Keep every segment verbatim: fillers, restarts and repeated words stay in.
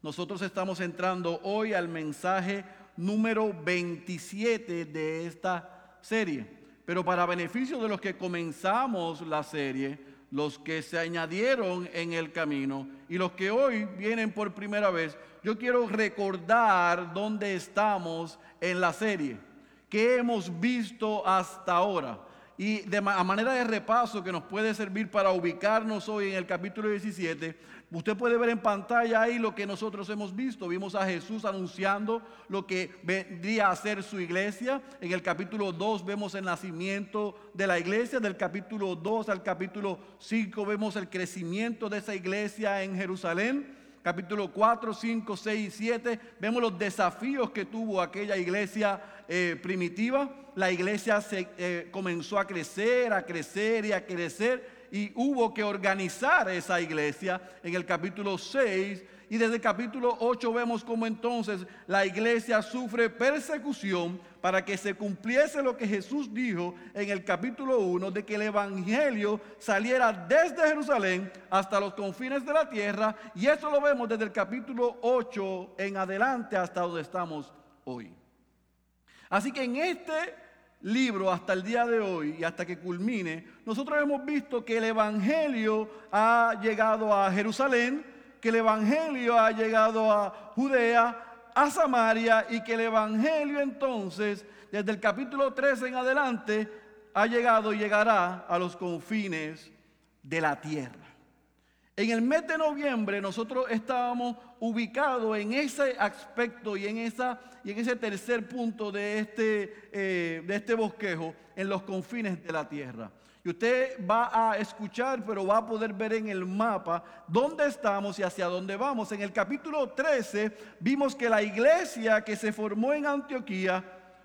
Nosotros estamos entrando hoy al mensaje número veintisiete de esta serie. Pero para beneficio de los que comenzamos la serie, los que se añadieron en el camino y los que hoy vienen por primera vez, yo quiero recordar dónde estamos en la serie, qué hemos visto hasta ahora. Y de a manera de repaso que nos puede servir para ubicarnos hoy en el capítulo diecisiete, usted puede ver en pantalla ahí lo que nosotros hemos visto. Vimos a Jesús anunciando lo que vendría a ser su iglesia. En el capítulo dos vemos el nacimiento de la iglesia. Del capítulo dos al capítulo cinco vemos el crecimiento de esa iglesia en Jerusalén. Capítulo cuatro, cinco, seis y siete vemos los desafíos que tuvo aquella iglesia eh, primitiva. La iglesia se, eh, comenzó a crecer, a crecer y a crecer, y hubo que organizar esa iglesia en el capítulo seis. Y desde el capítulo ocho vemos cómo entonces la iglesia sufre persecución para que se cumpliese lo que Jesús dijo en el capítulo uno, de que el evangelio saliera desde Jerusalén hasta los confines de la tierra. Y eso lo vemos desde el capítulo ocho en adelante hasta donde estamos hoy. Así que en este libro hasta el día de hoy y hasta que culmine, nosotros hemos visto que el evangelio ha llegado a Jerusalén, que el evangelio ha llegado a Judea, a Samaria, y que el evangelio entonces desde el capítulo trece en adelante ha llegado y llegará a los confines de la tierra. En el mes de noviembre nosotros estábamos ubicados en ese aspecto y en, esa, y en ese tercer punto de este, eh, de este bosquejo, en los confines de la tierra. Y usted va a escuchar, pero va a poder ver en el mapa dónde estamos y hacia dónde vamos. En el capítulo trece vimos que la iglesia que se formó en Antioquía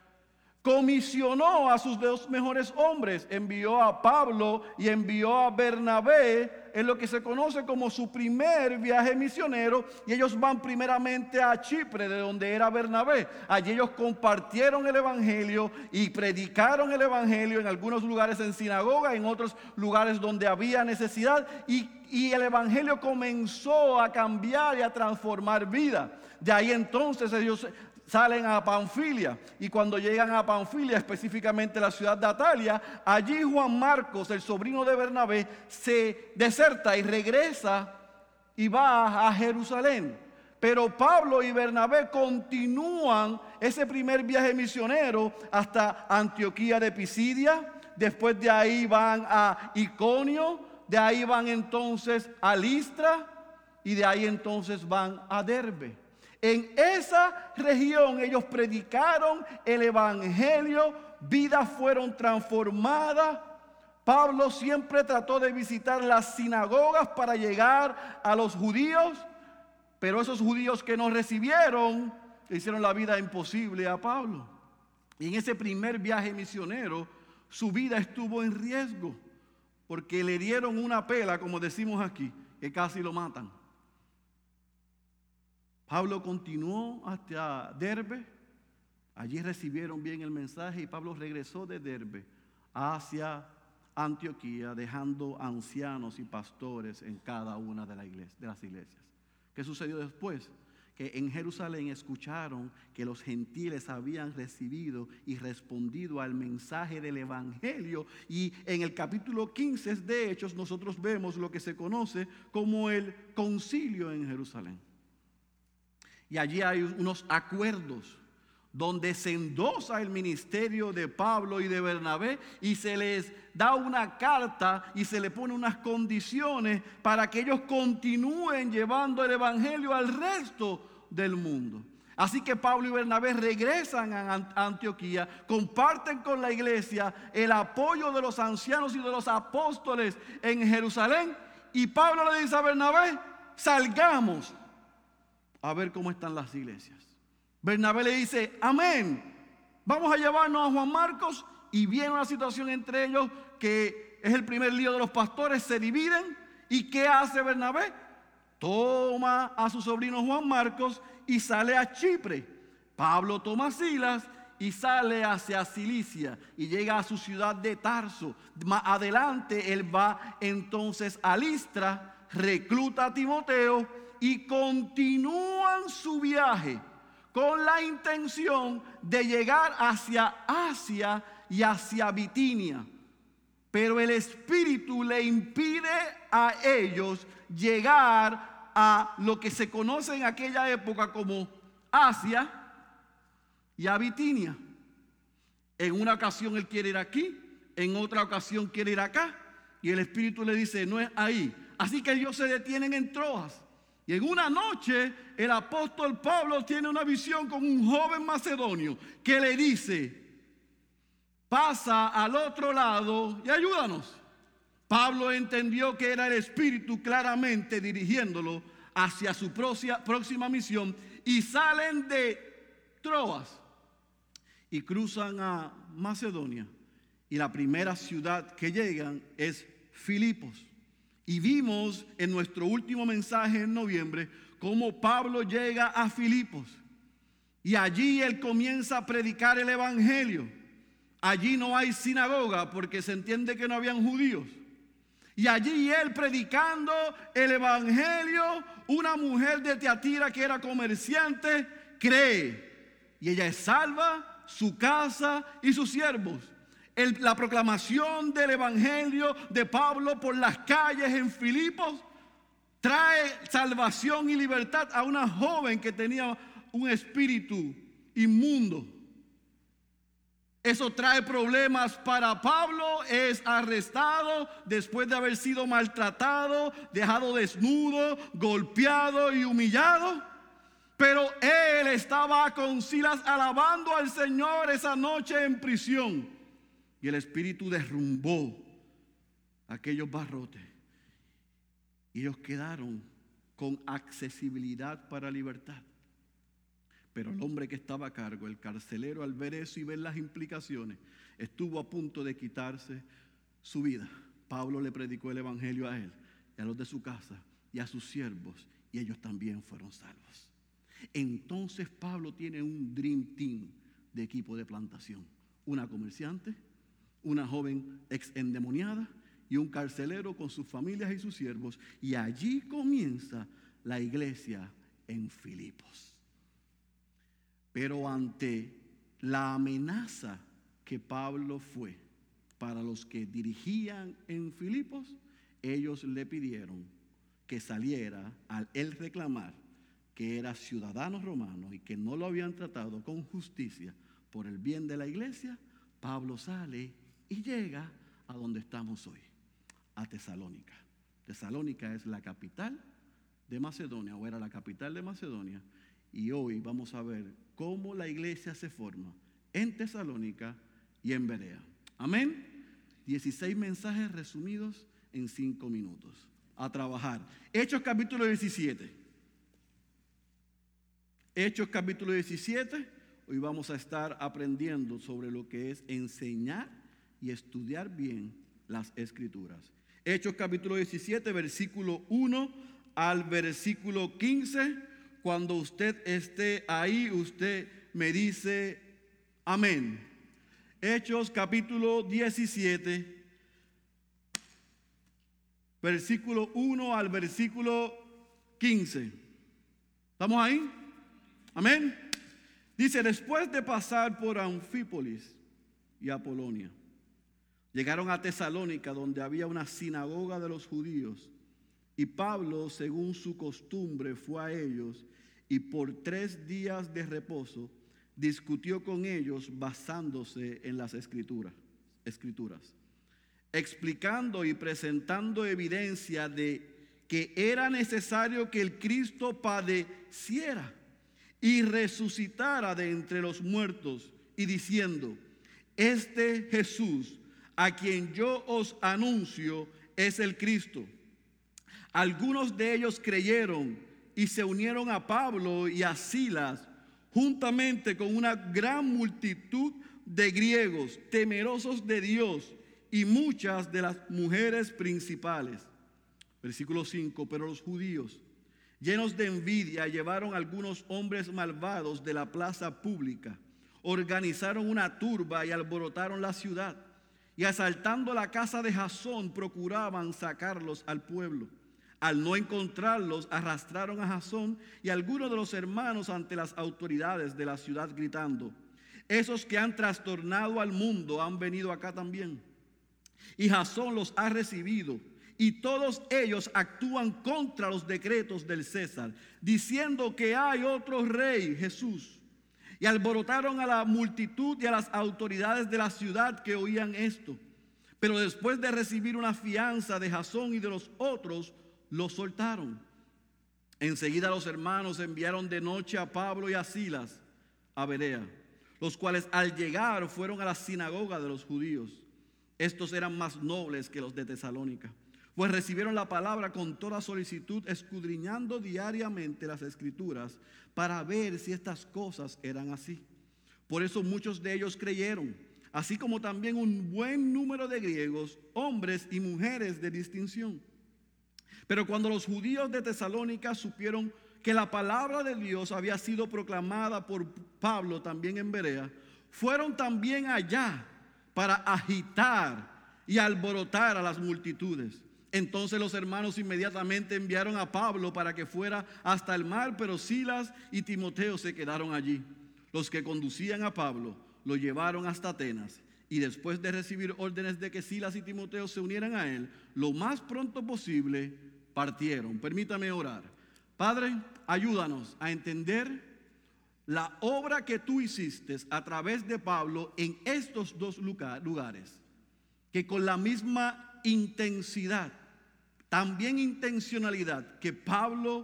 comisionó a sus dos mejores hombres, envió a Pablo y envió a Bernabé en lo que se conoce como su primer viaje misionero, y ellos van primeramente a Chipre, de donde era Bernabé. Allí ellos compartieron el evangelio y predicaron el evangelio en algunos lugares en sinagoga, en otros lugares donde había necesidad, y, y el evangelio comenzó a cambiar y a transformar vida. De ahí entonces ellos salen a Panfilia, y cuando llegan a Panfilia, específicamente la ciudad de Atalia, allí Juan Marcos, el sobrino de Bernabé, se deserta y regresa y va a Jerusalén. Pero Pablo y Bernabé continúan ese primer viaje misionero hasta Antioquía de Pisidia. Después de ahí van a Iconio, de ahí van entonces a Listra, y de ahí entonces van a Derbe. En esa región ellos predicaron el evangelio, vidas fueron transformadas. Pablo siempre trató de visitar las sinagogas para llegar a los judíos, pero esos judíos que no recibieron le hicieron la vida imposible a Pablo. Y en ese primer viaje misionero su vida estuvo en riesgo, porque le dieron una pela, como decimos aquí, que casi lo matan. Pablo continuó hasta Derbe. Allí recibieron bien el mensaje y Pablo regresó de Derbe hacia Antioquía, dejando ancianos y pastores en cada una de, la iglesia, de las iglesias. ¿Qué sucedió después? Que en Jerusalén escucharon que los gentiles habían recibido y respondido al mensaje del evangelio, y en el capítulo quince de Hechos nosotros vemos lo que se conoce como el concilio en Jerusalén. Y allí hay unos acuerdos donde se endosa el ministerio de Pablo y de Bernabé, y se les da una carta y se le pone unas condiciones para que ellos continúen llevando el evangelio al resto del mundo. Así que Pablo y Bernabé regresan a Antioquía, comparten con la iglesia el apoyo de los ancianos y de los apóstoles en Jerusalén, y Pablo le dice a Bernabé: salgamos a ver cómo están las iglesias. Bernabé le dice: amén, vamos a llevarnos a Juan Marcos. Y viene una situación entre ellos que es el primer lío de los pastores, se dividen. ¿Y qué hace Bernabé? Toma a su sobrino Juan Marcos y sale a Chipre. Pablo toma a Silas y sale hacia Cilicia y llega a su ciudad de Tarso. Más adelante él va entonces a Listra, recluta a Timoteo y continúan su viaje con la intención de llegar hacia Asia y hacia Bitinia. Pero el Espíritu le impide a ellos llegar a lo que se conoce en aquella época como Asia y a Bitinia. En una ocasión él quiere ir aquí, en otra ocasión quiere ir acá, y el Espíritu le dice, no es ahí. Así que ellos se detienen en Troas. Y en una noche el apóstol Pablo tiene una visión con un joven macedonio que le dice, pasa al otro lado y ayúdanos. Pablo entendió que era el Espíritu claramente dirigiéndolo hacia su próxima misión, y salen de Troas y cruzan a Macedonia, y la primera ciudad que llegan es Filipos. Y vimos en nuestro último mensaje en noviembre cómo Pablo llega a Filipos, y allí él comienza a predicar el evangelio. Allí no hay sinagoga porque se entiende que no habían judíos. Y allí él predicando el evangelio, una mujer de Tiatira que era comerciante cree, y ella es salva, su casa y sus siervos. El, la proclamación del evangelio de Pablo por las calles en Filipos trae salvación y libertad a una joven que tenía un espíritu inmundo. Eso trae problemas para Pablo. Es arrestado después de haber sido maltratado, dejado desnudo, golpeado y humillado. Pero él estaba con Silas alabando al Señor esa noche en prisión. Y el Espíritu derrumbó aquellos barrotes. Y ellos quedaron con accesibilidad para libertad. Pero el hombre que estaba a cargo, el carcelero, al ver eso y ver las implicaciones, estuvo a punto de quitarse su vida. Pablo le predicó el evangelio a él, y a los de su casa, y a sus siervos, y ellos también fueron salvos. Entonces Pablo tiene un dream team de equipo de plantación. Una comerciante, una joven ex endemoniada y un carcelero con sus familias y sus siervos. Y allí comienza la iglesia en Filipos. Pero ante la amenaza que Pablo fue para los que dirigían en Filipos, ellos le pidieron que saliera al él reclamar que era ciudadano romano y que no lo habían tratado con justicia por el bien de la iglesia. Pablo sale y llega a donde estamos hoy, a Tesalónica. Tesalónica es la capital de Macedonia, o era la capital de Macedonia. Y hoy vamos a ver cómo la iglesia se forma en Tesalónica y en Berea. Amén. dieciséis mensajes resumidos en cinco minutos. A trabajar. Hechos capítulo diecisiete. Hechos capítulo diecisiete. Hoy vamos a estar aprendiendo sobre lo que es enseñar y estudiar bien las escrituras. Hechos capítulo diecisiete, versículo uno al versículo quince. Cuando usted esté ahí, usted me dice amén. Hechos capítulo diecisiete, versículo uno al versículo quince. ¿Estamos ahí? Amén. Dice, después de pasar por Anfípolis y Apolonia, llegaron a Tesalónica, donde había una sinagoga de los judíos. Y Pablo, según su costumbre, fue a ellos y por tres días de reposo discutió con ellos basándose en las escrituras, escrituras, explicando y presentando evidencia de que era necesario que el Cristo padeciera y resucitara de entre los muertos, y diciendo, este Jesús a quien yo os anuncio es el Cristo. Algunos de ellos creyeron y se unieron a Pablo y a Silas, juntamente con una gran multitud de griegos temerosos de Dios y muchas de las mujeres principales. Versículo cinco, pero los judíos, llenos de envidia, llevaron a algunos hombres malvados de la plaza pública, organizaron una turba y alborotaron la ciudad, y asaltando la casa de Jasón procuraban sacarlos al pueblo. Al no encontrarlos, arrastraron a Jasón y a algunos de los hermanos ante las autoridades de la ciudad gritando: esos que han trastornado al mundo han venido acá también. Y Jasón los ha recibido, y todos ellos actúan contra los decretos del César, diciendo que hay otro rey, Jesús. Y alborotaron a la multitud y a las autoridades de la ciudad que oían esto. Pero después de recibir una fianza de Jasón y de los otros, los soltaron. Enseguida los hermanos enviaron de noche a Pablo y a Silas a Berea, los cuales al llegar fueron a la sinagoga de los judíos. Estos eran más nobles que los de Tesalónica, pues recibieron la palabra con toda solicitud, escudriñando diariamente las escrituras para ver si estas cosas eran así. Por eso muchos de ellos creyeron, así como también un buen número de griegos, hombres y mujeres de distinción. Pero cuando los judíos de Tesalónica supieron que la palabra de Dios había sido proclamada por Pablo también en Berea, fueron también allá para agitar y alborotar a las multitudes. Entonces los hermanos inmediatamente enviaron a Pablo para que fuera hasta el mar, pero Silas y Timoteo se quedaron allí. Los que conducían a Pablo lo llevaron hasta Atenas, y después de recibir órdenes de que Silas y Timoteo se unieran a él, lo más pronto posible partieron. Permítame orar. Padre, ayúdanos a entender la obra que tú hiciste a través de Pablo en estos dos lugares, que con la misma intensidad, también intencionalidad, que Pablo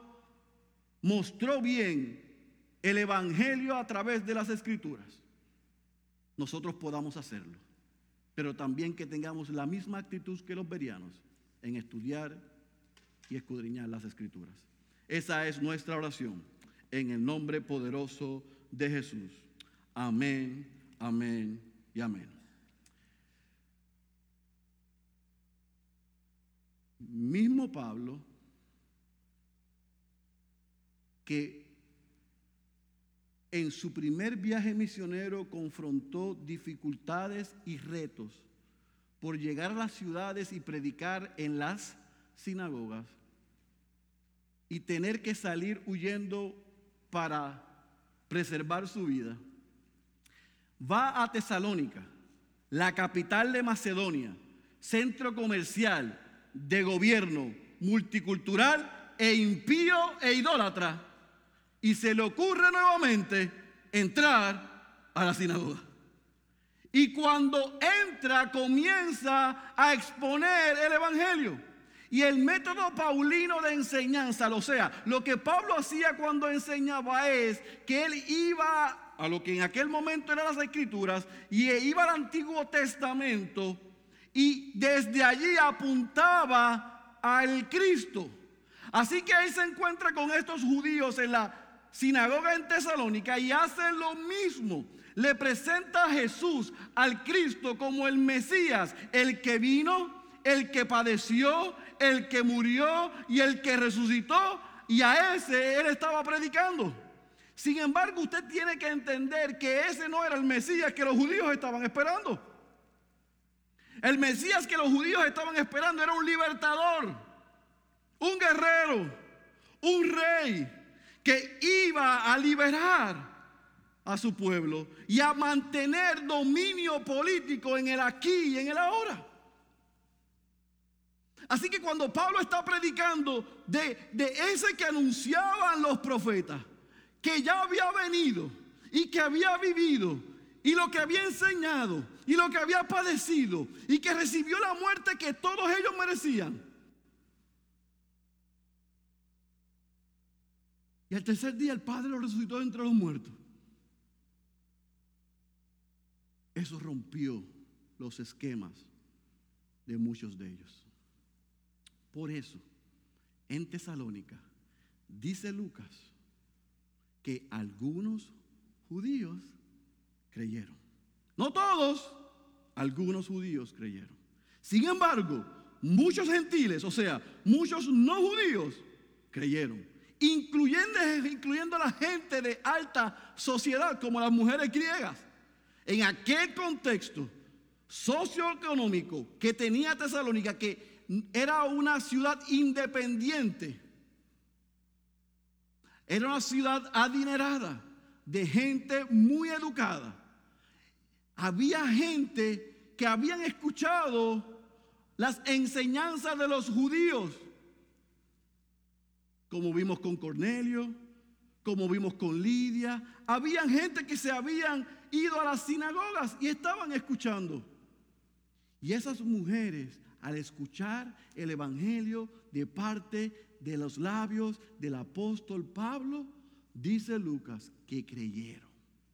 mostró bien el evangelio a través de las escrituras, nosotros podamos hacerlo, pero también que tengamos la misma actitud que los bereanos en estudiar y escudriñar las escrituras. Esa es nuestra oración, en el nombre poderoso de Jesús. Amén, amén y amén. Mismo Pablo, que en su primer viaje misionero confrontó dificultades y retos por llegar a las ciudades y predicar en las sinagogas, y tener que salir huyendo para preservar su vida, va a Tesalónica, la capital de Macedonia, centro comercial, de gobierno, multicultural e impío e idólatra, y se le ocurre nuevamente entrar a la sinagoga. Y cuando entra, comienza a exponer el evangelio. Y el método paulino de enseñanza, o sea, lo que Pablo hacía cuando enseñaba es que él iba a lo que en aquel momento eran las escrituras y iba al Antiguo Testamento y desde allí apuntaba al Cristo. Así que él se encuentra con estos judíos en la sinagoga en Tesalónica y hace lo mismo. Le presenta a Jesús, al Cristo, como el Mesías, el que vino, el que padeció, el que murió y el que resucitó, y a ese él estaba predicando. Sin embargo, usted tiene que entender que ese no era el Mesías que los judíos estaban esperando. El Mesías que los judíos estaban esperando era un libertador, un guerrero, un rey que iba a liberar a su pueblo y a mantener dominio político en el aquí y en el ahora. Así que cuando Pablo está predicando de, de ese que anunciaban los profetas, que ya había venido y que había vivido y lo que había enseñado y lo que había padecido y que recibió la muerte que todos ellos merecían, y al tercer día el Padre lo resucitó de entre los muertos, eso rompió los esquemas de muchos de ellos. Por eso, en Tesalónica, dice Lucas, que algunos judíos creyeron. No todos, algunos judíos creyeron. Sin embargo, muchos gentiles, o sea, muchos no judíos, creyeron. Incluyendo, incluyendo a la gente de alta sociedad, como las mujeres griegas. En aquel contexto socioeconómico que tenía Tesalónica, que era una ciudad independiente. Era una ciudad adinerada, de gente muy educada. Había gente que habían escuchado las enseñanzas de los judíos, como vimos con Cornelio, como vimos con Lidia. Había gente que se habían ido a las sinagogas y estaban escuchando. Y esas mujeres, al escuchar el evangelio de parte de los labios del apóstol Pablo, dice Lucas, que creyeron.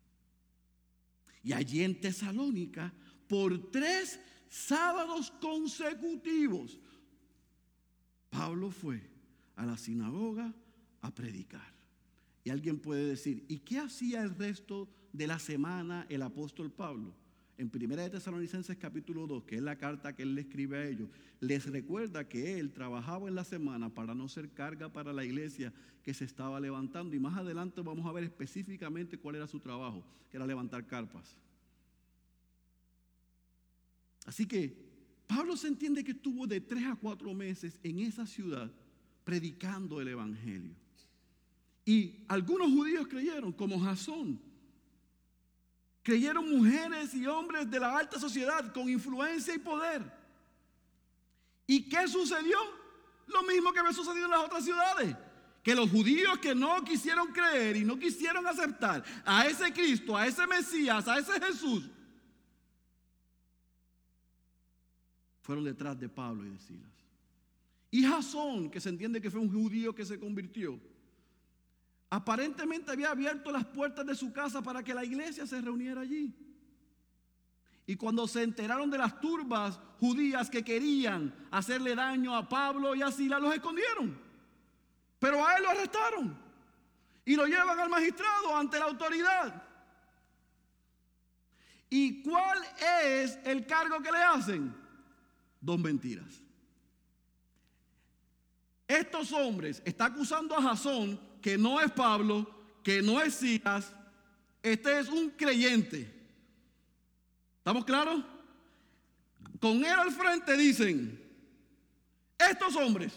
Y allí en Tesalónica, por tres sábados consecutivos, Pablo fue a la sinagoga a predicar. Y alguien puede decir, ¿y qué hacía el resto de la semana el apóstol Pablo? En Primera de Tesalonicenses capítulo dos, que es la carta que él le escribe a ellos, les recuerda que él trabajaba en la semana para no ser carga para la iglesia que se estaba levantando. Y más adelante vamos a ver específicamente cuál era su trabajo, que era levantar carpas. Así que Pablo se entiende que estuvo de tres a cuatro meses en esa ciudad predicando el evangelio. Y algunos judíos creyeron, como Jasón. Creyeron mujeres y hombres de la alta sociedad con influencia y poder. ¿Y qué sucedió? Lo mismo que había sucedido en las otras ciudades. Que los judíos que no quisieron creer y no quisieron aceptar a ese Cristo, a ese Mesías, a ese Jesús, fueron detrás de Pablo y de Silas. Y Jasón, que se entiende que fue un judío que se convirtió, aparentemente había abierto las puertas de su casa para que la iglesia se reuniera allí. Y cuando se enteraron de las turbas judías que querían hacerle daño a Pablo y a Silas, los escondieron. Pero a él lo arrestaron y lo llevan al magistrado ante la autoridad. ¿Y cuál es el cargo que le hacen? Dos mentiras. Estos hombres están acusando a Jasón, que no es Pablo, que no es Silas. Este es un creyente. ¿Estamos claros? Con él al frente dicen, estos hombres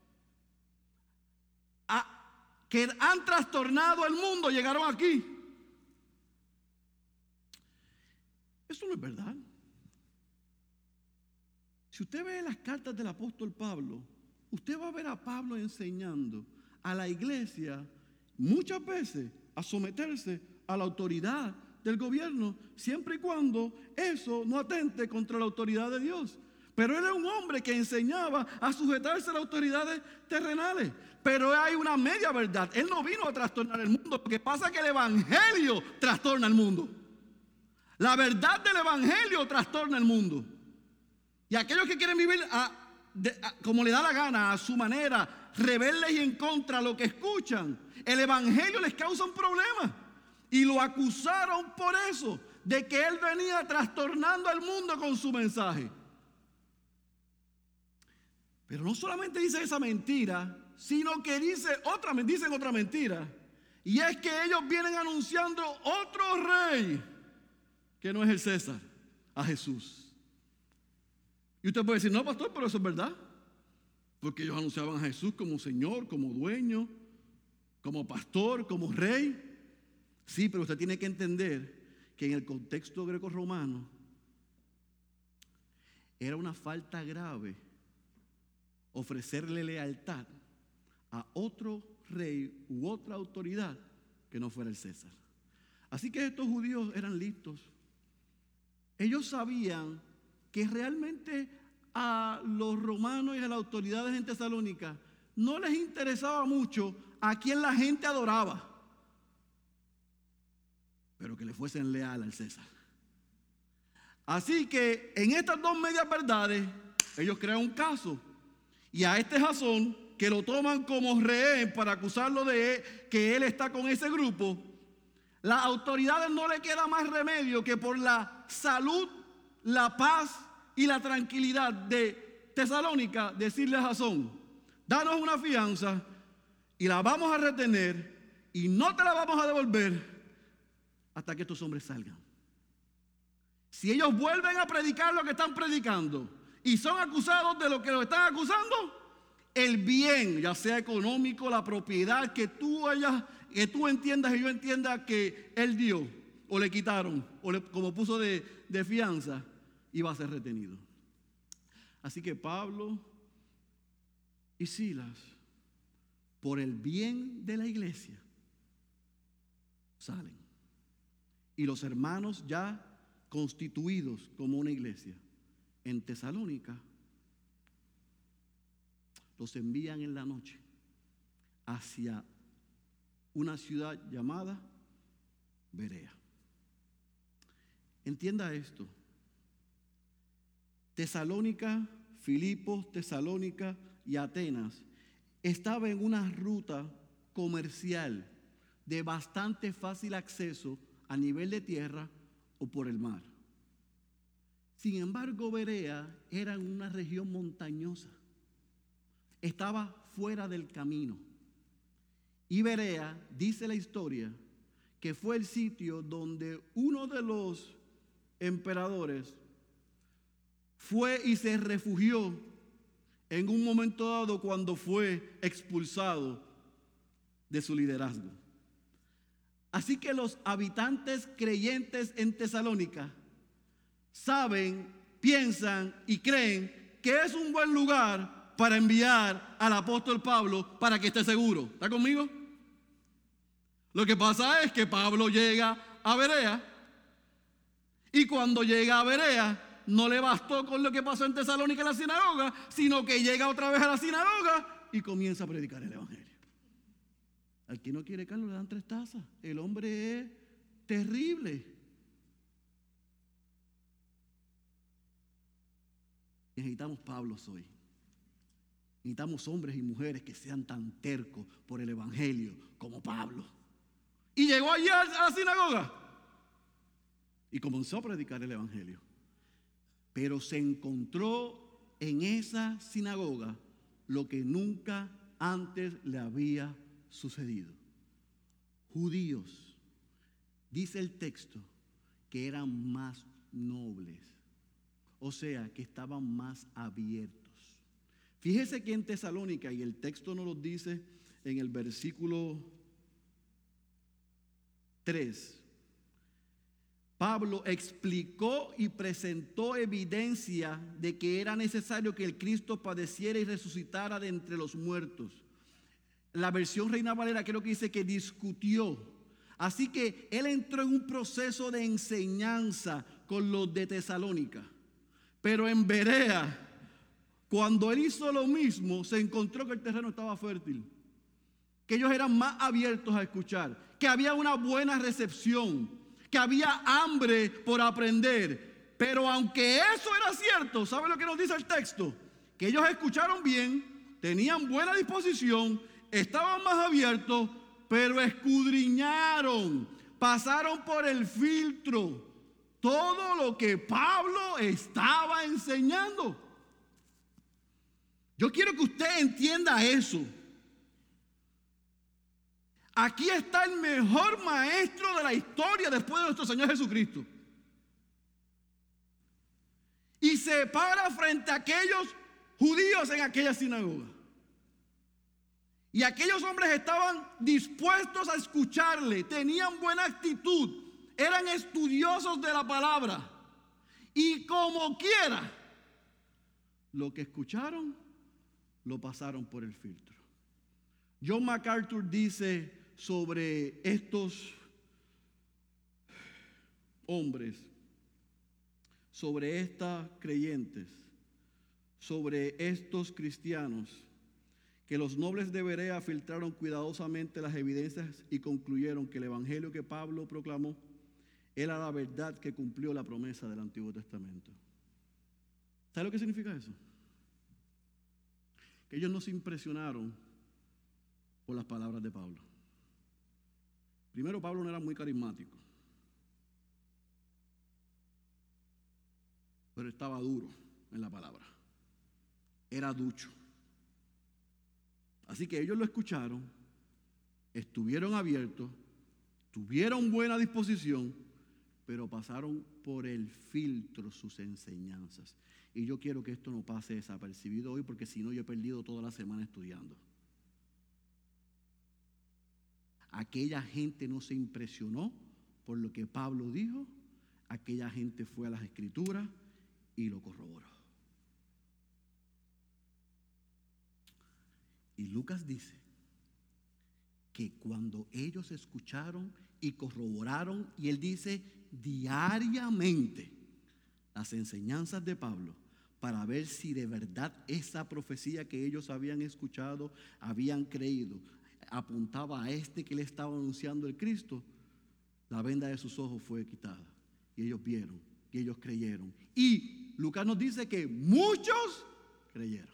a, que han trastornado el mundo llegaron aquí. Eso no es verdad. Si usted ve las cartas del apóstol Pablo, usted va a ver a Pablo enseñando a la iglesia muchas veces a someterse a la autoridad del gobierno, siempre y cuando eso no atente contra la autoridad de Dios. Pero él era un hombre que enseñaba a sujetarse a las autoridades terrenales. Pero hay una media verdad. Él no vino a trastornar el mundo. Lo que pasa es que el evangelio trastorna el mundo. La verdad del evangelio trastorna el mundo. Y aquellos que quieren vivir a, de, a, como le da la gana, a su manera, rebeldes y en contra lo que escuchan, el evangelio les causa un problema. Y lo acusaron por eso, de que él venía trastornando al mundo con su mensaje. Pero no solamente dice esa mentira, sino que dice otra, dicen otra mentira. Y es que ellos vienen anunciando otro rey, que no es el César, a Jesús. Y usted puede decir, no, pastor, pero eso es verdad. Porque ellos anunciaban a Jesús como Señor, como dueño, como pastor, como rey. Sí, pero usted tiene que entender que en el contexto greco-romano era una falta grave ofrecerle lealtad a otro rey u otra autoridad que no fuera el César. Así que estos judíos eran listos. Ellos sabían que realmente a los romanos y a las autoridades en Tesalónica no les interesaba mucho a quién la gente adoraba, pero que le fuesen leal al César. Así que en estas dos medias verdades ellos crean un caso, y a este Jasón, que lo toman como rehén para acusarlo de él, que él está con ese grupo, las autoridades no le queda más remedio que por la salud, la paz y la tranquilidad de Tesalónica decirle a Jasón, danos una fianza y la vamos a retener y no te la vamos a devolver hasta que estos hombres salgan. Si ellos vuelven a predicar lo que están predicando y son acusados de lo que los están acusando, el bien, ya sea económico, la propiedad que tú hayas, que tú entiendas y yo entienda que él dio, o le quitaron, o le, como puso de, de fianza, iba a ser retenido. Así que Pablo y Silas, por el bien de la iglesia, salen. Y los hermanos ya constituidos como una iglesia en Tesalónica, los envían en la noche hacia una ciudad llamada Berea. Entienda esto. Tesalónica, Filipos, Tesalónica y Atenas estaba en una ruta comercial de bastante fácil acceso a nivel de tierra o por el mar. Sin embargo, Berea era una región montañosa. Estaba fuera del camino. Y Berea, dice la historia, que fue el sitio donde uno de los emperadores fue y se refugió en un momento dado cuando fue expulsado de su liderazgo. Así que los habitantes creyentes en Tesalónica saben, piensan y creen que es un buen lugar para enviar al apóstol Pablo para que esté seguro. ¿Está conmigo? Lo que pasa es que Pablo llega a Berea y cuando llega a Berea no le bastó con lo que pasó en Tesalónica en la sinagoga, sino que llega otra vez a la sinagoga y comienza a predicar el evangelio. Al que no quiere Carlos le dan tres tazas. El hombre es terrible. Necesitamos Pablos hoy. Necesitamos hombres y mujeres que sean tan tercos por el evangelio como Pablo. Y llegó allí a la sinagoga y comenzó a predicar el evangelio. Pero se encontró en esa sinagoga lo que nunca antes le había sucedido. Judíos, dice el texto, que eran más nobles, o sea, que estaban más abiertos. Fíjese que en Tesalónica, y el texto nos lo dice en el versículo tres, Pablo explicó y presentó evidencia de que era necesario que el Cristo padeciera y resucitara de entre los muertos. La versión Reina Valera creo que dice que discutió. Así que él entró en un proceso de enseñanza con los de Tesalónica. Pero en Berea, cuando él hizo lo mismo, se encontró que el terreno estaba fértil, que ellos eran más abiertos a escuchar, que había una buena recepción, que había hambre por aprender. Pero aunque eso era cierto, ¿sabe lo que nos dice el texto? Que ellos escucharon bien, tenían buena disposición, estaban más abiertos, pero escudriñaron, pasaron por el filtro todo lo que Pablo estaba enseñando. Yo quiero que usted entienda eso. Aquí está el mejor maestro de la historia después de nuestro Señor Jesucristo. Y se para frente a aquellos judíos en aquella sinagoga. Y aquellos hombres estaban dispuestos a escucharle, tenían buena actitud, eran estudiosos de la palabra. Y como quiera, lo que escucharon, lo pasaron por el filtro. John MacArthur dice sobre estos hombres, sobre estas creyentes, sobre estos cristianos, que los nobles de Berea filtraron cuidadosamente las evidencias y concluyeron que el evangelio que Pablo proclamó era la verdad que cumplió la promesa del Antiguo Testamento. ¿Sabe lo que significa eso? Que ellos no se impresionaron por las palabras de Pablo. Primero, Pablo no era muy carismático, pero estaba duro en la palabra. Era ducho. Así que ellos lo escucharon, estuvieron abiertos, tuvieron buena disposición, pero pasaron por el filtro sus enseñanzas. Y yo quiero que esto no pase desapercibido hoy, porque si no yo he perdido toda la semana estudiando. Aquella gente no se impresionó por lo que Pablo dijo. Aquella gente fue a las Escrituras y lo corroboró. Y Lucas dice que cuando ellos escucharon y corroboraron, y él dice diariamente, las enseñanzas de Pablo, para ver si de verdad esa profecía que ellos habían escuchado, habían creído, apuntaba a este que le estaba anunciando el Cristo, la venda de sus ojos fue quitada. Y ellos vieron, y ellos creyeron. Y Lucas nos dice que muchos creyeron.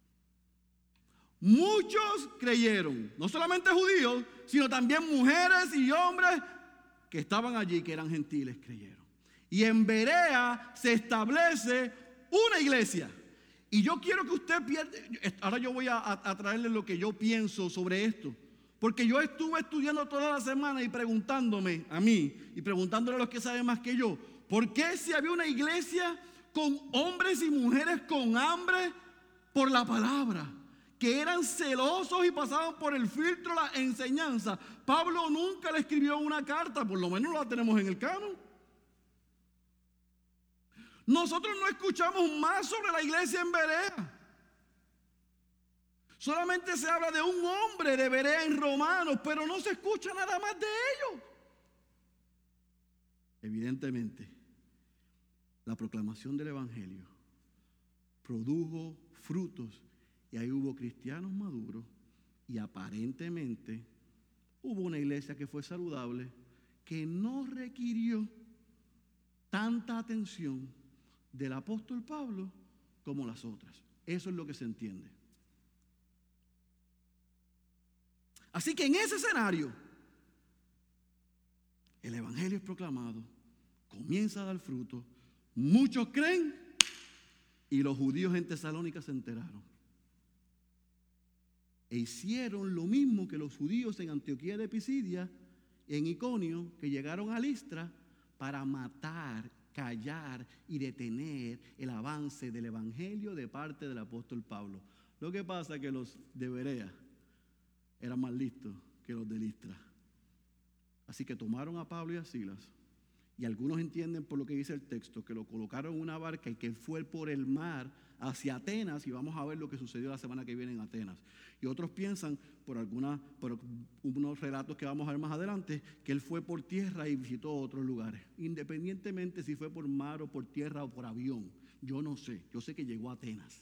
Muchos creyeron, no solamente judíos, sino también mujeres y hombres que estaban allí, que eran gentiles, creyeron. Y en Berea se establece una iglesia. Y yo quiero que usted pierda, ahora yo voy a, a traerle lo que yo pienso sobre esto. Porque yo estuve estudiando toda la semana y preguntándome a mí, y preguntándole a los que saben más que yo, ¿por qué si había una iglesia con hombres y mujeres con hambre por la palabra, que eran celosos y pasaban por el filtro la enseñanza? Pablo nunca le escribió una carta, por lo menos la tenemos en el canon. Nosotros no escuchamos más sobre la iglesia en Berea. Solamente se habla de un hombre de Berea en Romanos, pero no se escucha nada más de ellos. Evidentemente, la proclamación del Evangelio produjo frutos, y ahí hubo cristianos maduros, y aparentemente hubo una iglesia que fue saludable, que no requirió tanta atención del apóstol Pablo como las otras. Eso es lo que se entiende. Así que en ese escenario, el Evangelio es proclamado, comienza a dar fruto, muchos creen, y los judíos en Tesalónica se enteraron. E hicieron lo mismo que los judíos en Antioquía de Pisidia, en Iconio, que llegaron a Listra para matar, callar y detener el avance del Evangelio de parte del apóstol Pablo. Lo que pasa es que los de Berea eran más listos que los de Listra. Así que tomaron a Pablo y a Silas, y algunos entienden por lo que dice el texto, que lo colocaron en una barca y que él fue por el mar hacia Atenas, y vamos a ver lo que sucedió la semana que viene en Atenas. Y otros piensan, por, alguna, por unos relatos que vamos a ver más adelante, que él fue por tierra y visitó otros lugares. Independientemente si fue por mar o por tierra o por avión, yo no sé, yo sé que llegó a Atenas.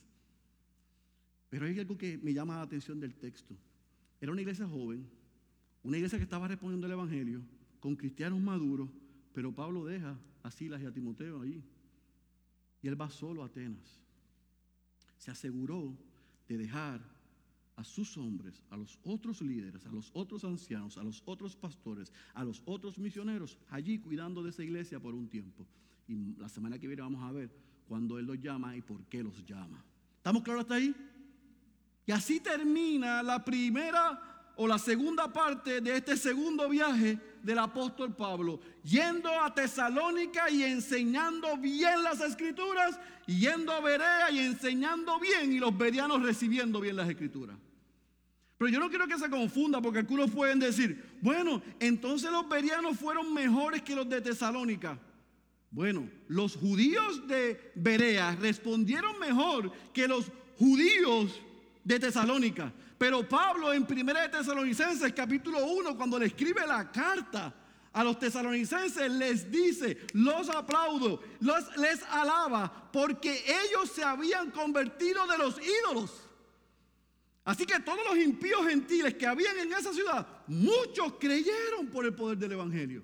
Pero hay algo que me llama la atención del texto. Era una iglesia joven, una iglesia que estaba respondiendo al Evangelio, con cristianos maduros, pero Pablo deja a Silas y a Timoteo allí. Y él va solo a Atenas. Se aseguró de dejar a sus hombres, a los otros líderes, a los otros ancianos, a los otros pastores, a los otros misioneros, allí cuidando de esa iglesia por un tiempo. Y la semana que viene vamos a ver cuándo él los llama y por qué los llama. ¿Estamos claros hasta ahí? Y así termina la primera o la segunda parte de este segundo viaje del apóstol Pablo, yendo a Tesalónica y enseñando bien las escrituras, y yendo a Berea y enseñando bien, y los bereanos recibiendo bien las escrituras. Pero yo no quiero que se confunda, porque algunos pueden decir, bueno, entonces los bereanos fueron mejores que los de Tesalónica. Bueno, los judíos de Berea respondieron mejor que los judíos de Tesalónica. Pero Pablo en primera de Tesalonicenses capítulo uno, cuando le escribe la carta a los tesalonicenses, les dice, los aplaudo, los, les alaba, porque ellos se habían convertido de los ídolos. Así que todos los impíos gentiles que habían en esa ciudad, muchos creyeron por el poder del Evangelio.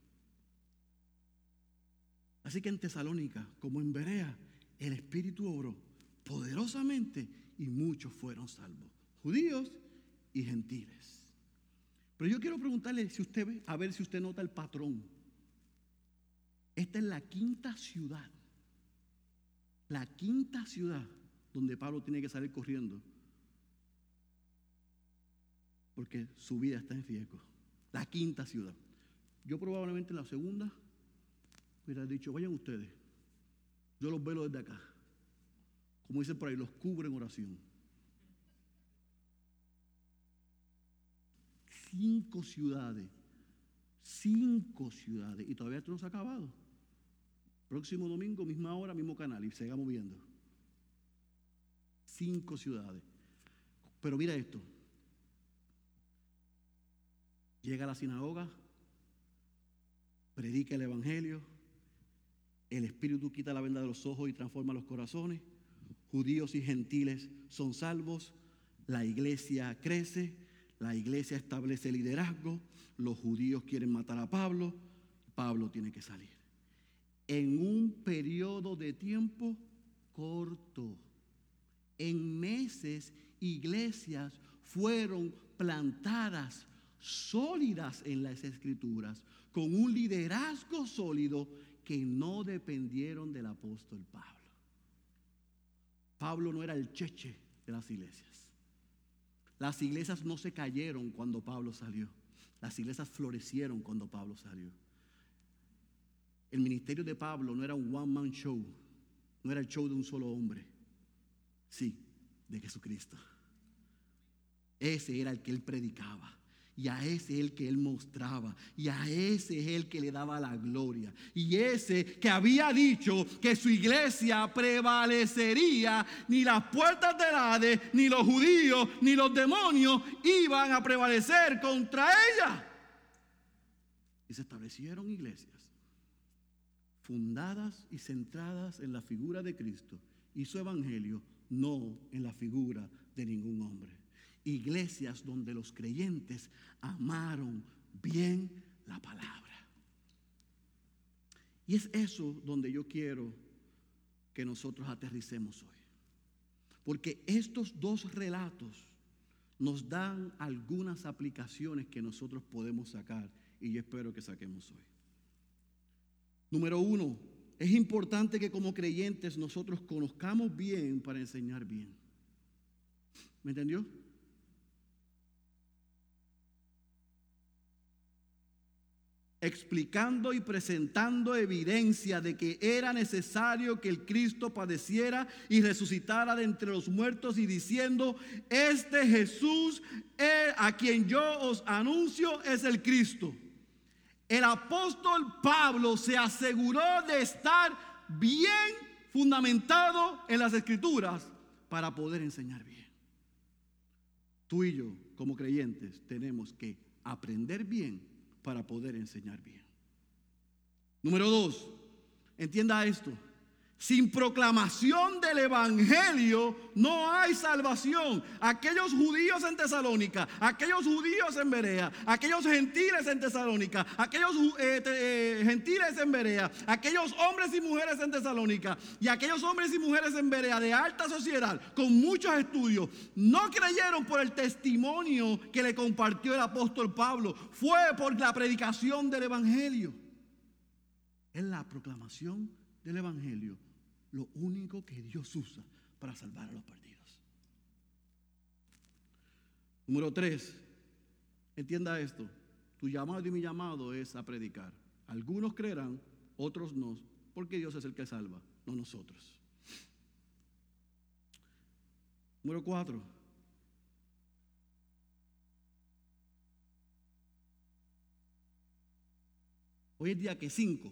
Así que en Tesalónica, como en Berea, el Espíritu obró poderosamente y muchos fueron salvos, judíos y gentiles. Pero yo quiero preguntarle si usted ve, a ver si usted nota el patrón. Esta es la quinta ciudad, la quinta ciudad donde Pablo tiene que salir corriendo, porque su vida está en riesgo. La quinta ciudad. Yo probablemente en la segunda hubiera dicho, vayan ustedes, yo los velo desde acá. como dicen por ahí, los cubre en oración. Cinco ciudades, cinco ciudades, y todavía esto no se ha acabado. Próximo domingo, misma hora, mismo canal, y sigamos viendo. Cinco ciudades. Pero mira esto. Llega a la sinagoga, predica el evangelio, el Espíritu quita la venda de los ojos y transforma los corazones, judíos y gentiles son salvos, la iglesia crece, la iglesia establece liderazgo, los judíos quieren matar a Pablo, Pablo tiene que salir. En un periodo de tiempo corto, en meses, iglesias fueron plantadas, sólidas en las Escrituras, con un liderazgo sólido que no dependieron del apóstol Pablo. Pablo no era el cheche de las iglesias. Las iglesias no se cayeron cuando Pablo salió. Las iglesias florecieron cuando Pablo salió. El ministerio de Pablo no era un one man show, no era el show de un solo hombre. Sí, de Jesucristo. Ese era el que él predicaba. Y a ese es el que él mostraba. Y a ese es el que le daba la gloria. Y ese que había dicho que su iglesia prevalecería. Ni las puertas del Hades, ni los judíos, ni los demonios iban a prevalecer contra ella. Y se establecieron iglesias fundadas y centradas en la figura de Cristo y su evangelio, no en la figura de ningún hombre. Iglesias donde los creyentes amaron bien la palabra. Y es eso donde yo quiero que nosotros aterricemos hoy. Porque estos dos relatos nos dan algunas aplicaciones que nosotros podemos sacar y yo espero que saquemos hoy. Número uno, es importante que como creyentes nosotros conozcamos bien para enseñar bien. ¿Me entendió? Explicando y presentando evidencia de que era necesario que el Cristo padeciera y resucitara de entre los muertos y diciendo, este Jesús a quien yo os anuncio es el Cristo. El apóstol Pablo se aseguró de estar bien fundamentado en las Escrituras para poder enseñar bien. Tú y yo, como creyentes, tenemos que aprender bien para poder enseñar bien. Número dos, entienda esto. Sin proclamación del evangelio no hay salvación. Aquellos judíos en Tesalónica, aquellos judíos en Berea, aquellos gentiles en Tesalónica, aquellos eh, eh, gentiles en Berea, aquellos hombres y mujeres en Tesalónica y aquellos hombres y mujeres en Berea de alta sociedad con muchos estudios, no creyeron por el testimonio que le compartió el apóstol Pablo. Fue por la predicación del evangelio. Es la proclamación del evangelio lo único que Dios usa para salvar a los perdidos. Número tres, entienda esto. Tu llamado y mi llamado es a predicar. Algunos creerán, otros no, porque Dios es el que salva, no nosotros. Número cuatro. Hoy es día que cinco.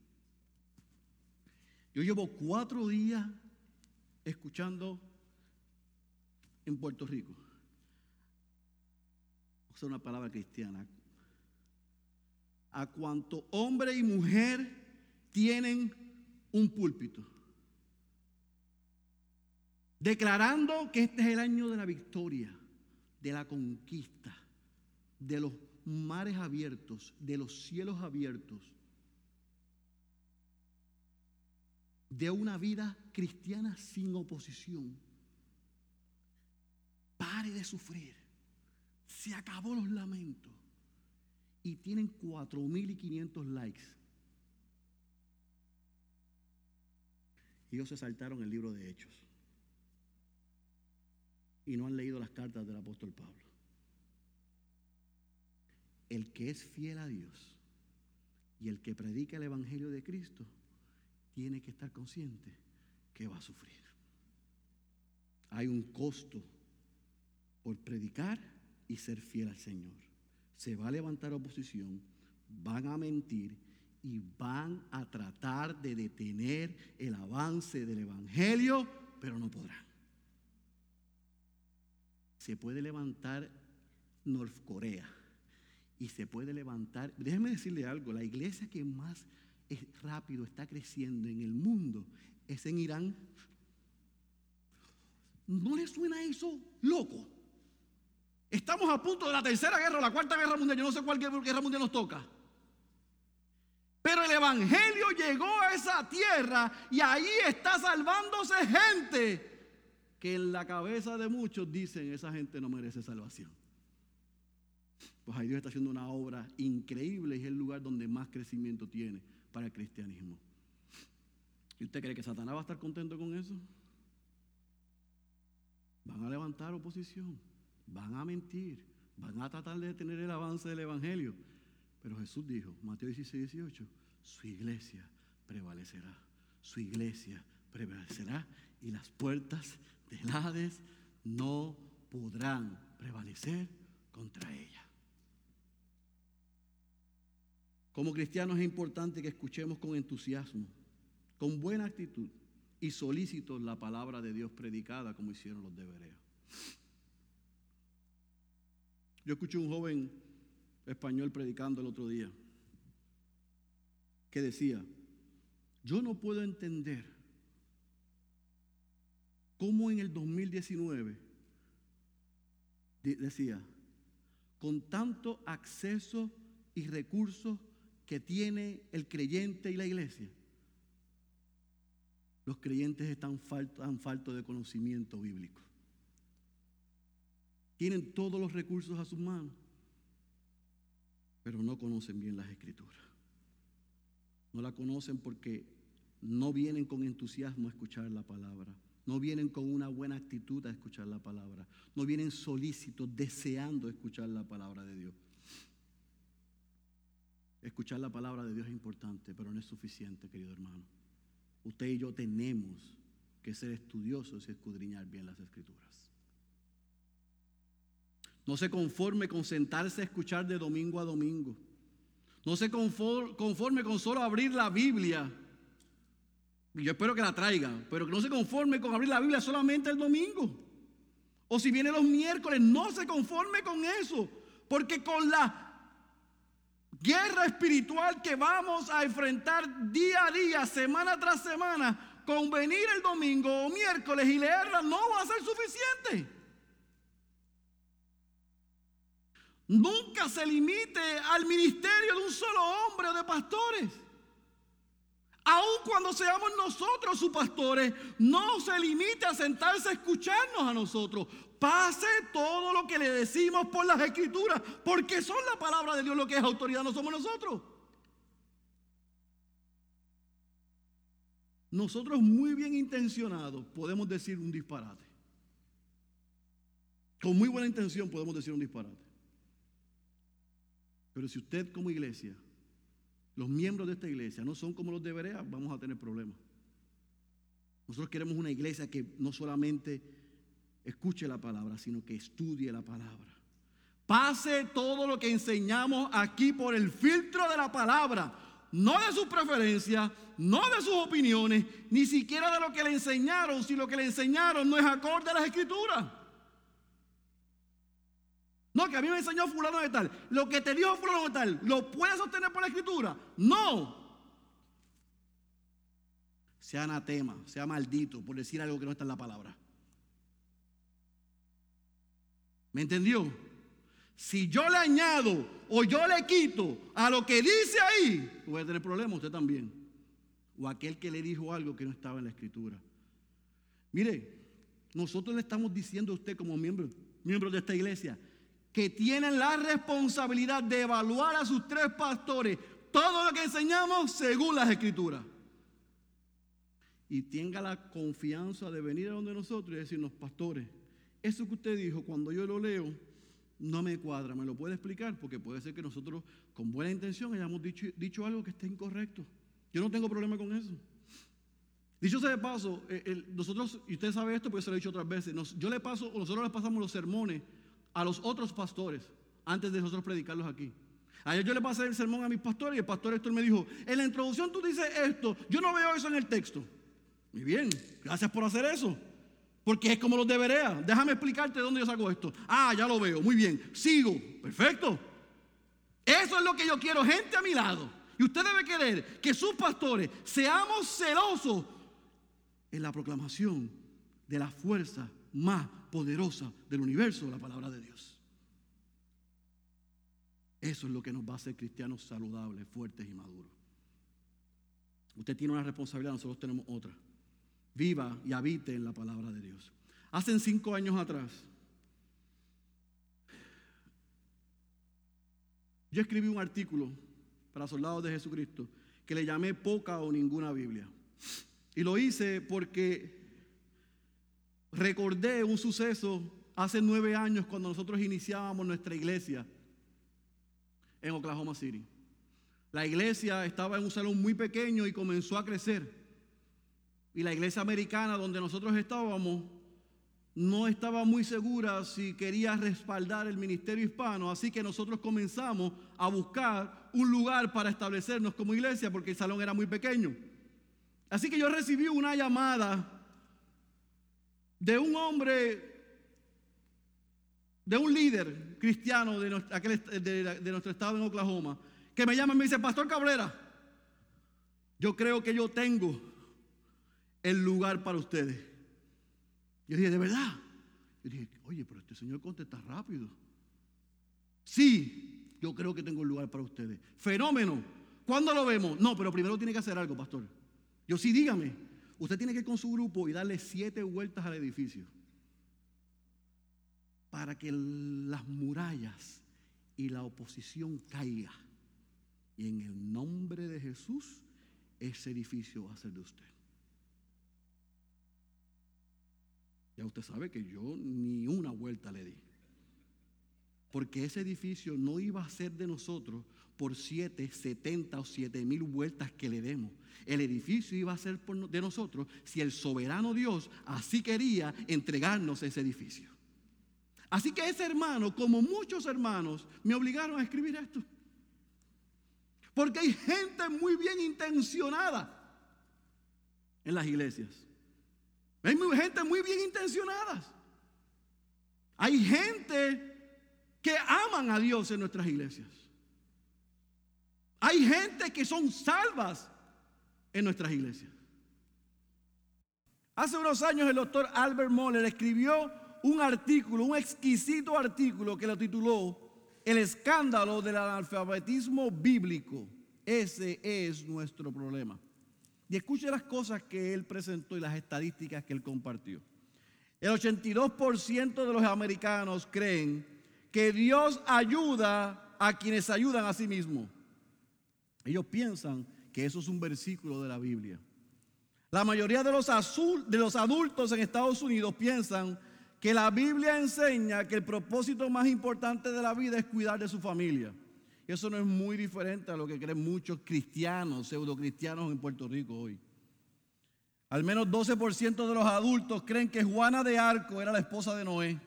Yo llevo cuatro días escuchando en Puerto Rico. Vamos a usar una palabra cristiana. A cuanto hombre y mujer tienen un púlpito, declarando que este es el año de la victoria, de la conquista, de los mares abiertos, de los cielos abiertos, de una vida cristiana sin oposición. Pare de sufrir. Se acabó los lamentos. Y tienen cuatro mil quinientos likes. Ellos se saltaron el libro de Hechos. Y no han leído las cartas del apóstol Pablo. El que es fiel a Dios y el que predica el evangelio de Cristo tiene que estar consciente que va a sufrir. hay un costo por predicar y ser fiel al Señor. Se va a levantar oposición, van a mentir y van a tratar de detener el avance del Evangelio, pero no podrán. Se puede levantar Norcorea y se puede levantar, déjeme decirle algo, la iglesia que más es rápido está creciendo en el mundo es en Irán. ¿No le suena eso loco? Estamos a punto de la tercera guerra o la cuarta guerra mundial, yo no sé cuál guerra mundial nos toca. Pero el Evangelio llegó a esa tierra y ahí está salvándose gente que en la cabeza de muchos dicen, esa gente no merece salvación. Pues ahí Dios está haciendo una obra increíble y es el lugar donde más crecimiento tiene para el cristianismo. ¿Y usted cree que Satanás va a estar contento con eso? Van a levantar oposición, van a mentir, van a tratar de detener el avance del Evangelio. Pero Jesús dijo, Mateo dieciséis, dieciocho, su iglesia prevalecerá, su iglesia prevalecerá y las puertas del Hades no podrán prevalecer contra ella. Como cristianos es importante que escuchemos con entusiasmo, con buena actitud y solícitos la palabra de Dios predicada como hicieron los de Berea. Yo escuché a un joven español predicando el otro día que decía, yo no puedo entender cómo en el dos mil diecinueve, decía, con tanto acceso y recursos que tiene el creyente y la iglesia, los creyentes están faltos, faltos de conocimiento bíblico. Tienen todos los recursos a sus manos, pero no conocen bien las Escrituras. No la conocen porque no vienen con entusiasmo a escuchar la palabra. No vienen con una buena actitud a escuchar la palabra. No vienen solícitos, deseando escuchar la palabra de Dios. Escuchar la palabra de Dios es importante, pero no es suficiente, querido hermano. Usted y yo tenemos que ser estudiosos y escudriñar bien las Escrituras. No se conforme con sentarse a escuchar de domingo a domingo. No se conforme con solo abrir la Biblia. Y yo espero que la traiga, pero que no se conforme con abrir la Biblia solamente el domingo. O si viene los miércoles, no se conforme con eso. Porque con la guerra espiritual que vamos a enfrentar día a día, semana tras semana, con venir el domingo o miércoles y leerla no va a ser suficiente. Nunca se limite al ministerio de un solo hombre o de pastores. Aun cuando seamos nosotros sus pastores, no se limite a sentarse a escucharnos a nosotros. Pase todo lo que le decimos por las Escrituras, porque son la palabra de Dios lo que es autoridad, no somos nosotros. Nosotros muy bien intencionados podemos decir un disparate. Con muy buena intención podemos decir un disparate. Pero si usted como iglesia, los miembros de esta iglesia no son como los de Berea, vamos a tener problemas. Nosotros queremos una iglesia que no solamente escuche la palabra, sino que estudie la palabra. Pase todo lo que enseñamos aquí por el filtro de la palabra, no de sus preferencias, no de sus opiniones, ni siquiera de lo que le enseñaron, si lo que le enseñaron no es acorde a las Escrituras. No, que a mí me enseñó fulano de tal. Lo que te dijo fulano de tal, ¿lo puedes sostener por la Escritura? No. Sea anatema, sea maldito por decir algo que no está en la palabra. ¿Me entendió? Si yo le añado o yo le quito a lo que dice ahí, voy a tener problemas, usted también. O aquel que le dijo algo que no estaba en la Escritura. Mire, nosotros le estamos diciendo a usted como miembro, miembro de esta iglesia, que tienen la responsabilidad de evaluar a sus tres pastores todo lo que enseñamos según las Escrituras. Y tenga la confianza de venir a donde nosotros y decirnos, pastores, eso que usted dijo, cuando yo lo leo, no me cuadra. ¿Me lo puede explicar? Porque puede ser que nosotros, con buena intención, hayamos dicho, dicho algo que esté incorrecto. Yo no tengo problema con eso. Dicho sea de paso, el, el, nosotros, y usted sabe esto porque se lo he dicho otras veces, nos, yo le paso, nosotros le pasamos los sermones a los otros pastores antes de nosotros predicarlos aquí. Ayer yo le pasé el sermón a mis pastores y el pastor Héctor me dijo, en la introducción tú dices esto, yo no veo eso en el texto. Muy bien, gracias por hacer eso, porque es como los de Berea. Déjame explicarte de dónde yo saco esto. Ah, ya lo veo, muy bien, sigo, perfecto. Eso es lo que yo quiero, gente a mi lado. Y usted debe querer que sus pastores seamos celosos en la proclamación de la fuerza más poderosa del universo, la palabra de Dios. Eso es lo que nos va a hacer cristianos saludables, fuertes y maduros. Usted tiene una responsabilidad, nosotros tenemos otra. Viva y habite en la palabra de Dios. Hace cinco años atrás, yo escribí un artículo para soldados de Jesucristo que le llamé Poca o Ninguna Biblia. Y lo hice porque recordé un suceso hace nueve años cuando nosotros iniciábamos nuestra iglesia en Oklahoma City. La iglesia estaba en un salón muy pequeño y comenzó a crecer. Y la iglesia americana donde nosotros estábamos no estaba muy segura si quería respaldar el ministerio hispano, así que nosotros comenzamos a buscar un lugar para establecernos como iglesia porque el salón era muy pequeño. Así que yo recibí una llamada de un hombre, de un líder cristiano de nuestro, aquel, de, de nuestro estado en Oklahoma, que me llama y me dice, Pastor Cabrera, yo creo que yo tengo el lugar para ustedes. Yo dije, ¿de verdad? Yo dije, oye, pero este señor contesta rápido. Sí, yo creo que tengo el lugar para ustedes. Fenómeno. ¿Cuándo lo vemos? No, pero primero tiene que hacer algo, pastor. Yo sí, dígame. Usted tiene que ir con su grupo y darle siete vueltas al edificio para que las murallas y la oposición caiga. Y en el nombre de Jesús, ese edificio va a ser de usted. Ya usted sabe que yo ni una vuelta le di. Porque ese edificio no iba a ser de nosotros por siete, setenta o siete mil vueltas que le demos. El edificio iba a ser por de nosotros si el soberano Dios así quería entregarnos ese edificio. Así que ese hermano, como muchos hermanos, me obligaron a escribir esto. Porque hay gente muy bien intencionada en las iglesias. Hay gente muy bien intencionada. Hay gente que aman a Dios en nuestras iglesias. Hay gente que son salvas en nuestras iglesias. Hace unos años el doctor Albert Mohler escribió un artículo, un exquisito artículo que lo tituló El escándalo del analfabetismo bíblico. Ese es nuestro problema. Y escuche las cosas que él presentó y las estadísticas que él compartió. El ochenta y dos por ciento de los americanos creen que Dios ayuda a quienes ayudan a sí mismos. Ellos piensan que eso es un versículo de la Biblia. La mayoría de los, azul, de los adultos en Estados Unidos piensan que la Biblia enseña que el propósito más importante de la vida es cuidar de su familia. Eso no es muy diferente a lo que creen muchos cristianos, pseudocristianos en Puerto Rico hoy. Al menos doce por ciento de los adultos creen que Juana de Arco era la esposa de Noé.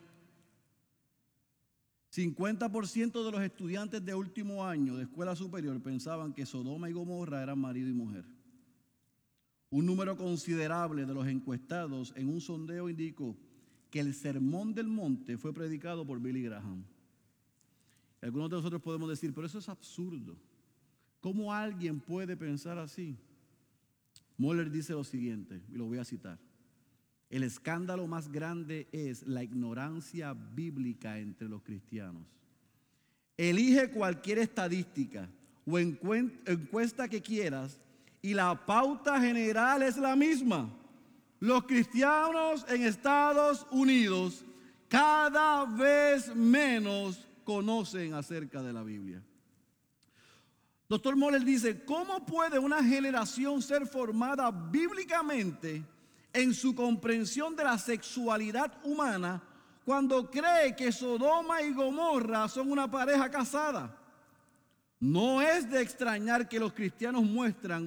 cincuenta por ciento de los estudiantes de último año de escuela superior pensaban que Sodoma y Gomorra eran marido y mujer. Un número considerable de los encuestados en un sondeo indicó que el Sermón del Monte fue predicado por Billy Graham. Algunos de nosotros podemos decir, pero eso es absurdo. ¿Cómo alguien puede pensar así? Mohler dice lo siguiente, y lo voy a citar. El escándalo más grande es la ignorancia bíblica entre los cristianos. Elige cualquier estadística o encuesta que quieras y la pauta general es la misma. Los cristianos en Estados Unidos cada vez menos conocen acerca de la Biblia. Doctor Mohler dice, ¿cómo puede una generación ser formada bíblicamente en su comprensión de la sexualidad humana cuando cree que Sodoma y Gomorra son una pareja casada? No es de extrañar que los cristianos muestran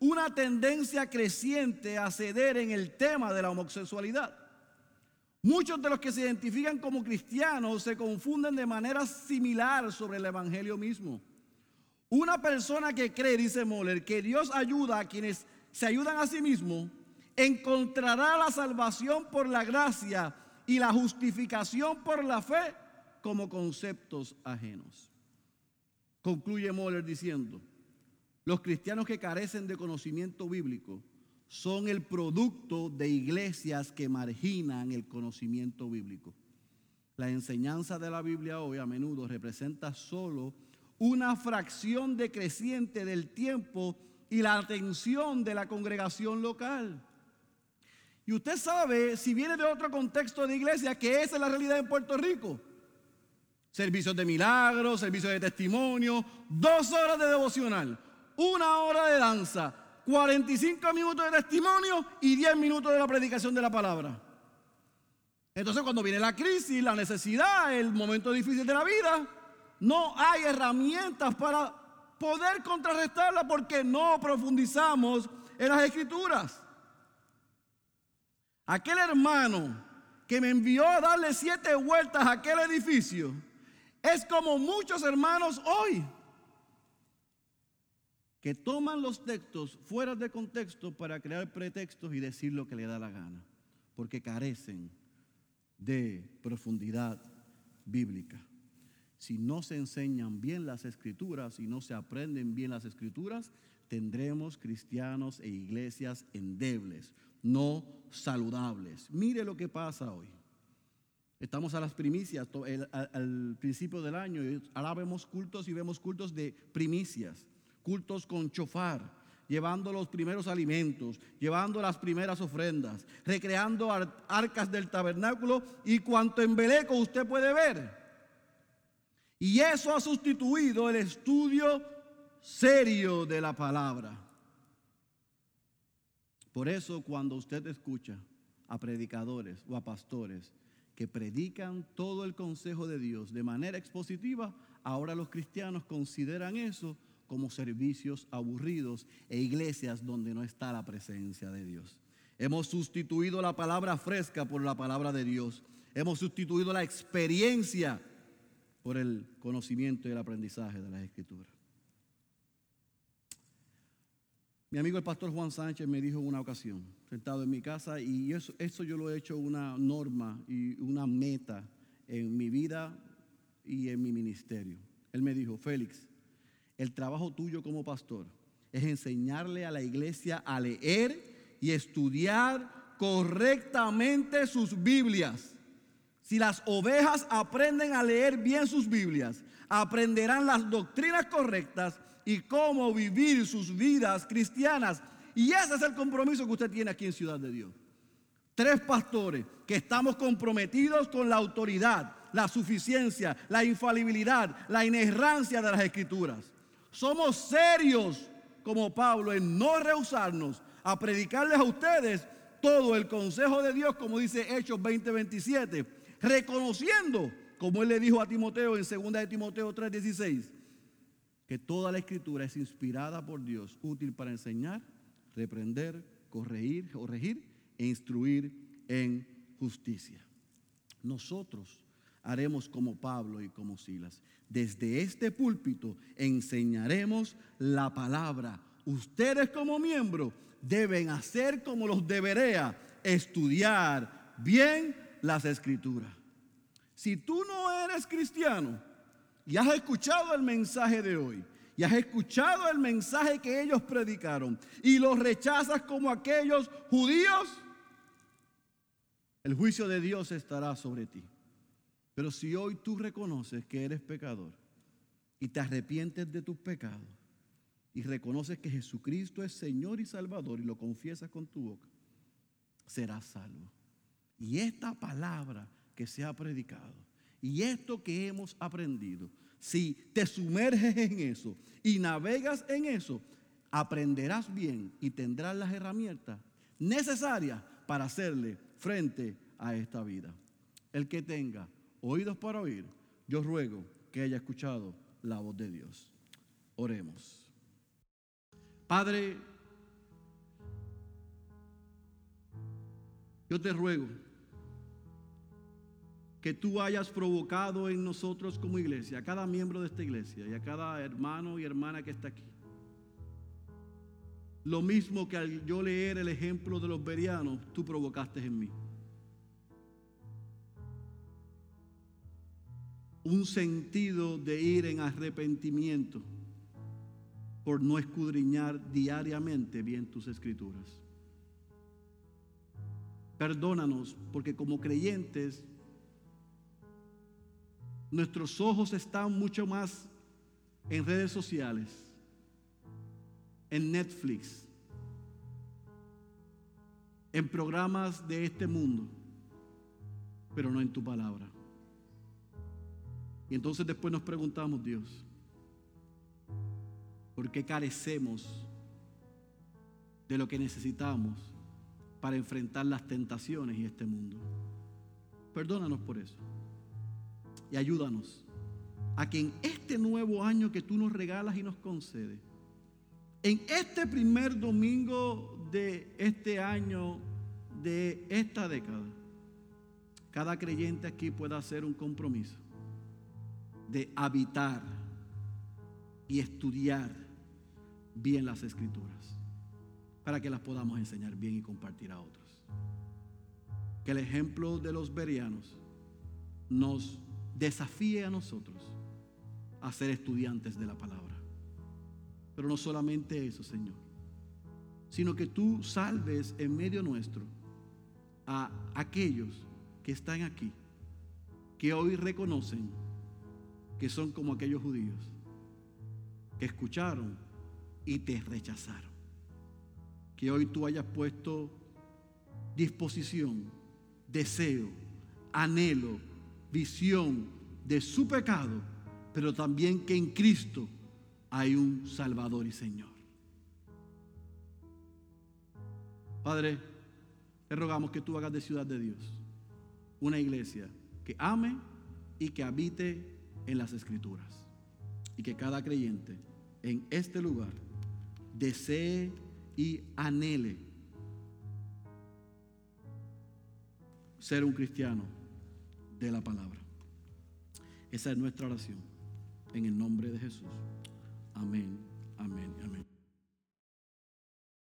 una tendencia creciente a ceder en el tema de la homosexualidad. Muchos de los que se identifican como cristianos se confunden de manera similar sobre el evangelio mismo. Una persona que cree, dice Moller, que Dios ayuda a quienes se ayudan a sí mismos, encontrará la salvación por la gracia y la justificación por la fe como conceptos ajenos. Concluye Moller diciendo: los cristianos que carecen de conocimiento bíblico son el producto de iglesias que marginan el conocimiento bíblico. La enseñanza de la Biblia hoy a menudo representa solo una fracción decreciente del tiempo y la atención de la congregación local. Y usted sabe, si viene de otro contexto de iglesia, que esa es la realidad en Puerto Rico. Servicios de milagros, servicios de testimonio, dos horas de devocional, una hora de danza, cuarenta y cinco minutos de testimonio y diez minutos de la predicación de la palabra. Entonces, cuando viene la crisis, la necesidad, el momento difícil de la vida, no hay herramientas para poder contrarrestarla porque no profundizamos en las Escrituras. Aquel hermano que me envió a darle siete vueltas a aquel edificio es como muchos hermanos hoy, que toman los textos fuera de contexto para crear pretextos y decir lo que le da la gana, porque carecen de profundidad bíblica. Si no se enseñan bien las Escrituras, si no se aprenden bien las Escrituras, tendremos cristianos e iglesias endebles, no saludables. Mire lo que pasa hoy. Estamos a las primicias, al, al principio del año, y ahora vemos cultos y vemos cultos de primicias. Cultos con chofar, llevando los primeros alimentos, llevando las primeras ofrendas, recreando ar- arcas del tabernáculo y cuanto embeleco usted puede ver. Y eso ha sustituido el estudio serio de la palabra. Por eso, cuando usted escucha a predicadores o a pastores que predican todo el consejo de Dios de manera expositiva, ahora los cristianos consideran eso como servicios aburridos e iglesias donde no está la presencia de Dios. Hemos sustituido la palabra fresca por la palabra de Dios. Hemos sustituido la experiencia por el conocimiento y el aprendizaje de las Escrituras. Mi amigo el pastor Juan Sánchez me dijo en una ocasión, sentado en mi casa, y eso, eso yo lo he hecho una norma y una meta en mi vida y en mi ministerio. Él me dijo: Félix, el trabajo tuyo como pastor es enseñarle a la iglesia a leer y estudiar correctamente sus Biblias. Si las ovejas aprenden a leer bien sus Biblias, aprenderán las doctrinas correctas y cómo vivir sus vidas cristianas. Y ese es el compromiso que usted tiene aquí en Ciudad de Dios. Tres pastores que estamos comprometidos con la autoridad, la suficiencia, la infalibilidad, la inerrancia de las Escrituras. Somos serios como Pablo en no rehusarnos a predicarles a ustedes todo el consejo de Dios, como dice Hechos veinte veintisiete, reconociendo, como él le dijo a Timoteo en segunda de Timoteo tres dieciséis, que toda la Escritura es inspirada por Dios, útil para enseñar, reprender, corregir, corregir e instruir en justicia. Nosotros haremos como Pablo y como Silas. Desde este púlpito enseñaremos la palabra. Ustedes como miembros deben hacer como los de Berea, estudiar bien las Escrituras. Si tú no eres cristiano y has escuchado el mensaje de hoy, y has escuchado el mensaje que ellos predicaron y los rechazas como aquellos judíos, el juicio de Dios estará sobre ti. Pero si hoy tú reconoces que eres pecador y te arrepientes de tus pecados y reconoces que Jesucristo es Señor y Salvador y lo confiesas con tu boca, serás salvo. Y esta palabra que se ha predicado y esto que hemos aprendido, si te sumerges en eso y navegas en eso, aprenderás bien y tendrás las herramientas necesarias para hacerle frente a esta vida. El que tenga oídos para oír, yo ruego que haya escuchado la voz de Dios. Oremos. Padre, Yo te ruego que tú hayas provocado en nosotros como iglesia, a cada miembro de esta iglesia y a cada hermano y hermana que está aquí, lo mismo que al yo leer el ejemplo de los bereanos, tú provocaste en mí. Un sentido de ir en arrepentimiento por no escudriñar diariamente bien tus escrituras. Perdónanos, porque como creyentes nuestros ojos están mucho más en redes sociales, en Netflix, en programas de este mundo, pero no en tu palabra. Y entonces después nos preguntamos, Dios, ¿por qué carecemos de lo que necesitamos para enfrentar las tentaciones y este mundo? Perdónanos por eso. Y ayúdanos a que en este nuevo año que tú nos regalas y nos concedes, en este primer domingo de este año, de esta década, cada creyente aquí pueda hacer un compromiso de habitar y estudiar bien las escrituras para que las podamos enseñar bien y compartir a otros. Que el ejemplo de los bereanos nos desafíe a nosotros a ser estudiantes de la palabra. Pero no solamente eso, Señor, sino que tú salves en medio nuestro a aquellos que están aquí, que hoy reconocen que son como aquellos judíos que escucharon y te rechazaron. Que hoy tú hayas puesto disposición, deseo, anhelo, visión de su pecado, pero también que en Cristo hay un Salvador y Señor. Padre, te rogamos que tú hagas de Ciudad de Dios una iglesia que ame y que habite en las Escrituras, y que cada creyente en este lugar desee y anhele ser un cristiano de la palabra. Esa es nuestra oración en el nombre de Jesús. Amén, amén, amén.